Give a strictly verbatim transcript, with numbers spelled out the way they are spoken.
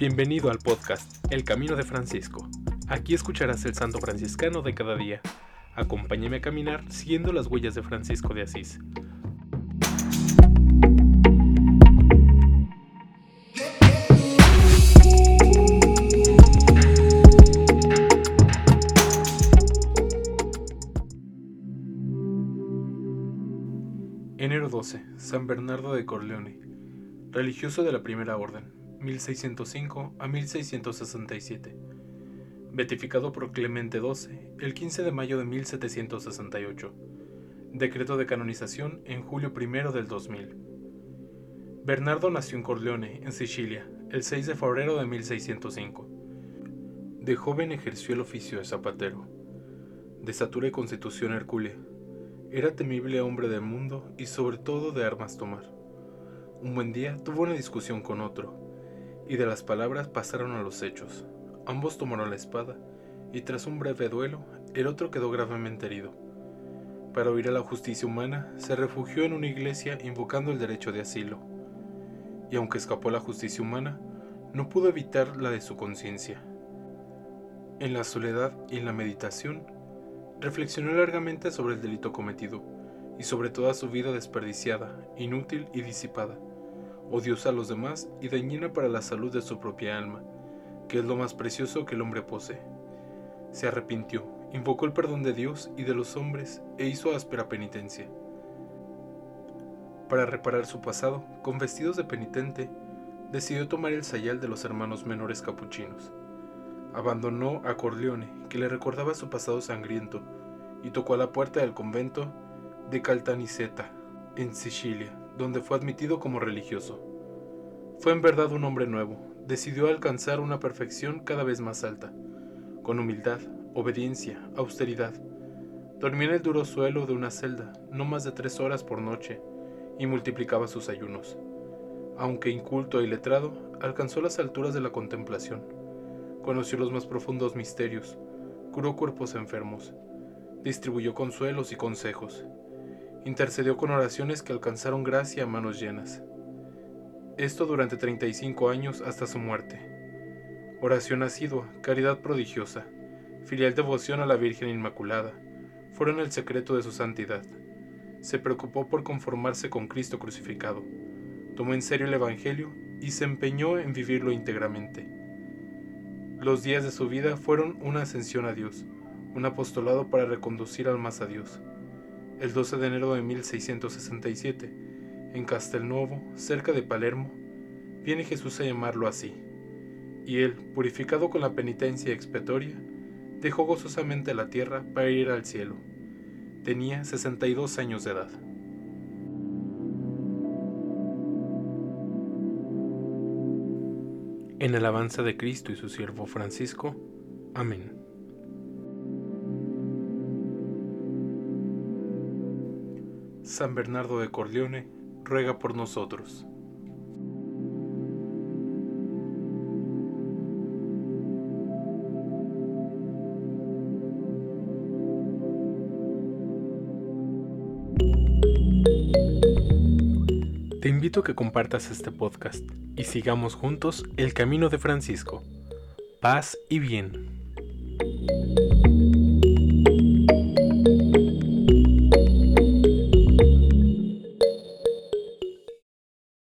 Bienvenido al podcast El Camino de Francisco. Aquí escucharás el santo franciscano de cada día. Acompáñame a caminar siguiendo las huellas de Francisco de Asís. Enero doce. San Bernardo de Corleone, religioso de la Primera Orden, mil seiscientos cinco a mil seiscientos sesenta y siete. Beatificado por Clemente doce el quince de mayo de mil setecientos sesenta y ocho. Decreto de canonización en julio primero del dos mil. Bernardo nació en Corleone, en Sicilia, el seis de febrero de mil seiscientos cinco. De joven ejerció el oficio de zapatero. De estatura y constitución hercúlea. Era temible hombre del mundo y sobre todo de armas tomar. Un buen día tuvo una discusión con otro, y de las palabras pasaron a los hechos. Ambos tomaron la espada, y tras un breve duelo, el otro quedó gravemente herido. Para huir a la justicia humana, se refugió en una iglesia invocando el derecho de asilo. Y aunque escapó a la justicia humana, no pudo evitar la de su conciencia. En la soledad y en la meditación, reflexionó largamente sobre el delito cometido, y sobre toda su vida desperdiciada, inútil y disipada, odiosa a los demás y dañina para la salud de su propia alma, que es lo más precioso que el hombre posee. Se arrepintió, invocó el perdón de Dios y de los hombres e hizo áspera penitencia. Para reparar su pasado, con vestidos de penitente, decidió tomar el sayal de los hermanos menores capuchinos. Abandonó a Corleone, que le recordaba su pasado sangriento, y tocó a la puerta del convento de Caltanissetta, en Sicilia, donde fue admitido como religioso. Fue en verdad un hombre nuevo. Decidió alcanzar una perfección cada vez más alta, con humildad, obediencia, austeridad. Dormía en el duro suelo de una celda, no más de tres horas por noche, y multiplicaba sus ayunos. Aunque inculto e iletrado, alcanzó las alturas de la contemplación. Conoció los más profundos misterios, curó cuerpos enfermos, distribuyó consuelos y consejos, intercedió con oraciones que alcanzaron gracia a manos llenas. Esto durante treinta y cinco años hasta su muerte. Oración asidua, caridad prodigiosa, filial devoción a la Virgen Inmaculada, fueron el secreto de su santidad. Se preocupó por conformarse con Cristo crucificado, tomó en serio el Evangelio y se empeñó en vivirlo íntegramente. Los días de su vida fueron una ascensión a Dios, un apostolado para reconducir almas a Dios. El doce de enero de mil seiscientos sesenta y siete, en Castelnuovo, cerca de Palermo, viene Jesús a llamarlo así, y él, purificado con la penitencia expiatoria, dejó gozosamente la tierra para ir al cielo. Tenía sesenta y dos años de edad. En alabanza de Cristo y su siervo Francisco. Amén. San Bernardo de Corleone, ruega por nosotros. Te invito a que compartas este podcast y sigamos juntos el camino de Francisco. Paz y bien.